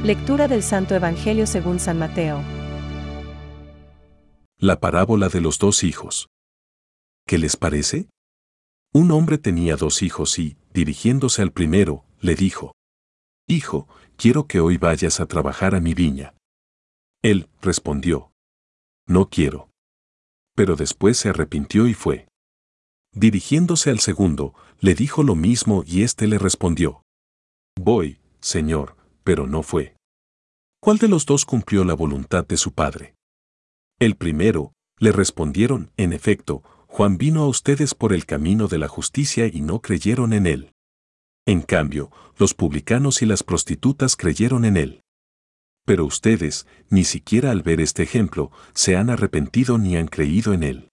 Lectura del Santo Evangelio según San Mateo. La parábola de los dos hijos. ¿Qué les parece? Un hombre tenía dos hijos y, dirigiéndose al primero, le dijo: Hijo, quiero que hoy vayas a trabajar a mi viña. Él respondió: No quiero. Pero después se arrepintió y fue. Dirigiéndose al segundo, le dijo lo mismo y éste le respondió: Voy, Señor, pero no fue. ¿Cuál de los dos cumplió la voluntad de su padre? El primero, le respondieron, en efecto, Juan vino a ustedes por el camino de la justicia y no creyeron en él. En cambio, los publicanos y las prostitutas creyeron en él. Pero ustedes, ni siquiera al ver este ejemplo, se han arrepentido ni han creído en él.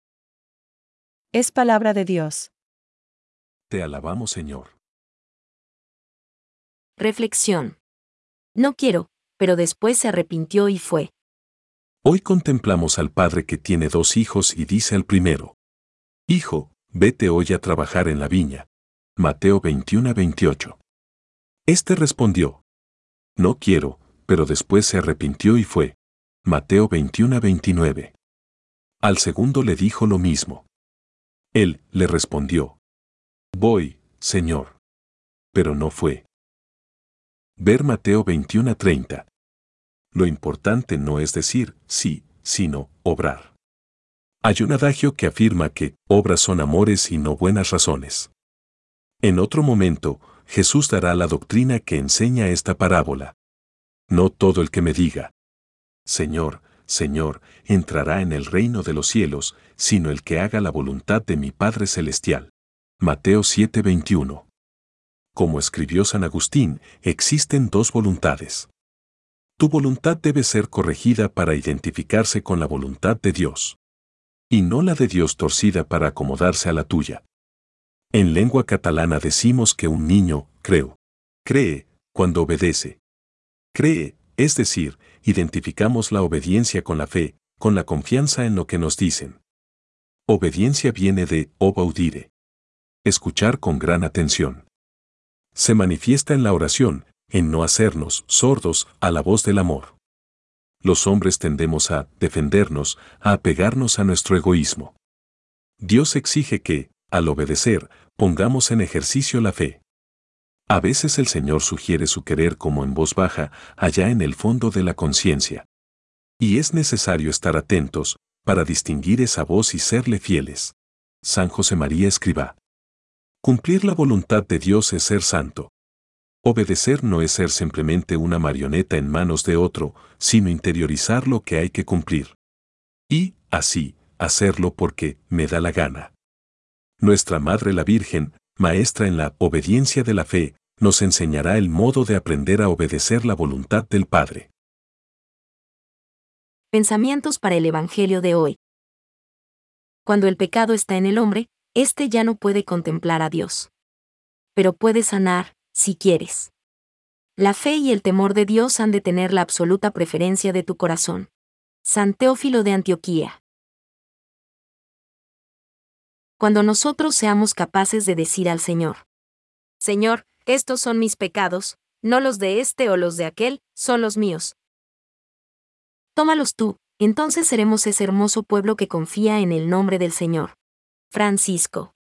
Es palabra de Dios. Te alabamos, Señor. Reflexión. No quiero, pero después se arrepintió y fue. Hoy contemplamos al padre que tiene dos hijos y dice al primero: Hijo, vete hoy a trabajar en la viña. Mateo 21:28. Este respondió: No quiero, pero después se arrepintió y fue. Mateo 21:29. Al segundo le dijo lo mismo. Él le respondió: Voy, Señor. Pero no fue. Ver Mateo 21:30. Lo importante no es decir sí, sino obrar. Hay un adagio que afirma que obras son amores y no buenas razones. En otro momento, Jesús dará la doctrina que enseña esta parábola. No todo el que me diga: Señor, Señor, entrará en el reino de los cielos, sino el que haga la voluntad de mi Padre Celestial. Mateo 7:21. Como escribió San Agustín, existen dos voluntades. Tu voluntad debe ser corregida para identificarse con la voluntad de Dios. Y no la de Dios torcida para acomodarse a la tuya. En lengua catalana decimos que un niño, cree, cuando obedece. Cree, es decir, identificamos la obediencia con la fe, con la confianza en lo que nos dicen. Obediencia viene de obaudire. Escuchar con gran atención. Se manifiesta en la oración, en no hacernos sordos a la voz del amor. Los hombres tendemos a defendernos, a apegarnos a nuestro egoísmo. Dios exige que, al obedecer, pongamos en ejercicio la fe. A veces el Señor sugiere su querer como en voz baja, allá en el fondo de la conciencia. Y es necesario estar atentos, para distinguir esa voz y serle fieles. San José María Escrivá. Cumplir la voluntad de Dios es ser santo. Obedecer no es ser simplemente una marioneta en manos de otro, sino interiorizar lo que hay que cumplir. Y, así, hacerlo porque me da la gana. Nuestra Madre la Virgen, maestra en la obediencia de la fe, nos enseñará el modo de aprender a obedecer la voluntad del Padre. Pensamientos para el Evangelio de hoy. Cuando el pecado está en el hombre, éste ya no puede contemplar a Dios. Pero puede sanar, si quieres. La fe y el temor de Dios han de tener la absoluta preferencia de tu corazón. San Teófilo de Antioquía. Cuando nosotros seamos capaces de decir al Señor: Señor, estos son mis pecados, no los de este o los de aquel, son los míos. Tómalos tú, entonces seremos ese hermoso pueblo que confía en el nombre del Señor. Francisco.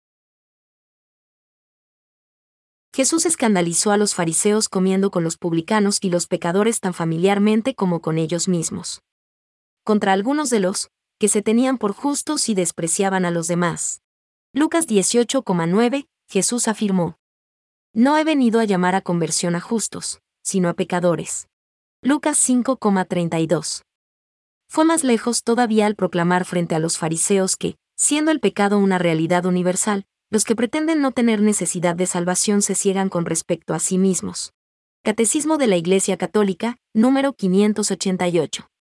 Jesús escandalizó a los fariseos comiendo con los publicanos y los pecadores tan familiarmente como con ellos mismos. Contra algunos de los que se tenían por justos y despreciaban a los demás. Lucas 18,9, Jesús afirmó: No he venido a llamar a conversión a justos, sino a pecadores. Lucas 5,32. Fue más lejos todavía al proclamar frente a los fariseos que, siendo el pecado una realidad universal, los que pretenden no tener necesidad de salvación se ciegan con respecto a sí mismos. Catecismo de la Iglesia Católica, número 588.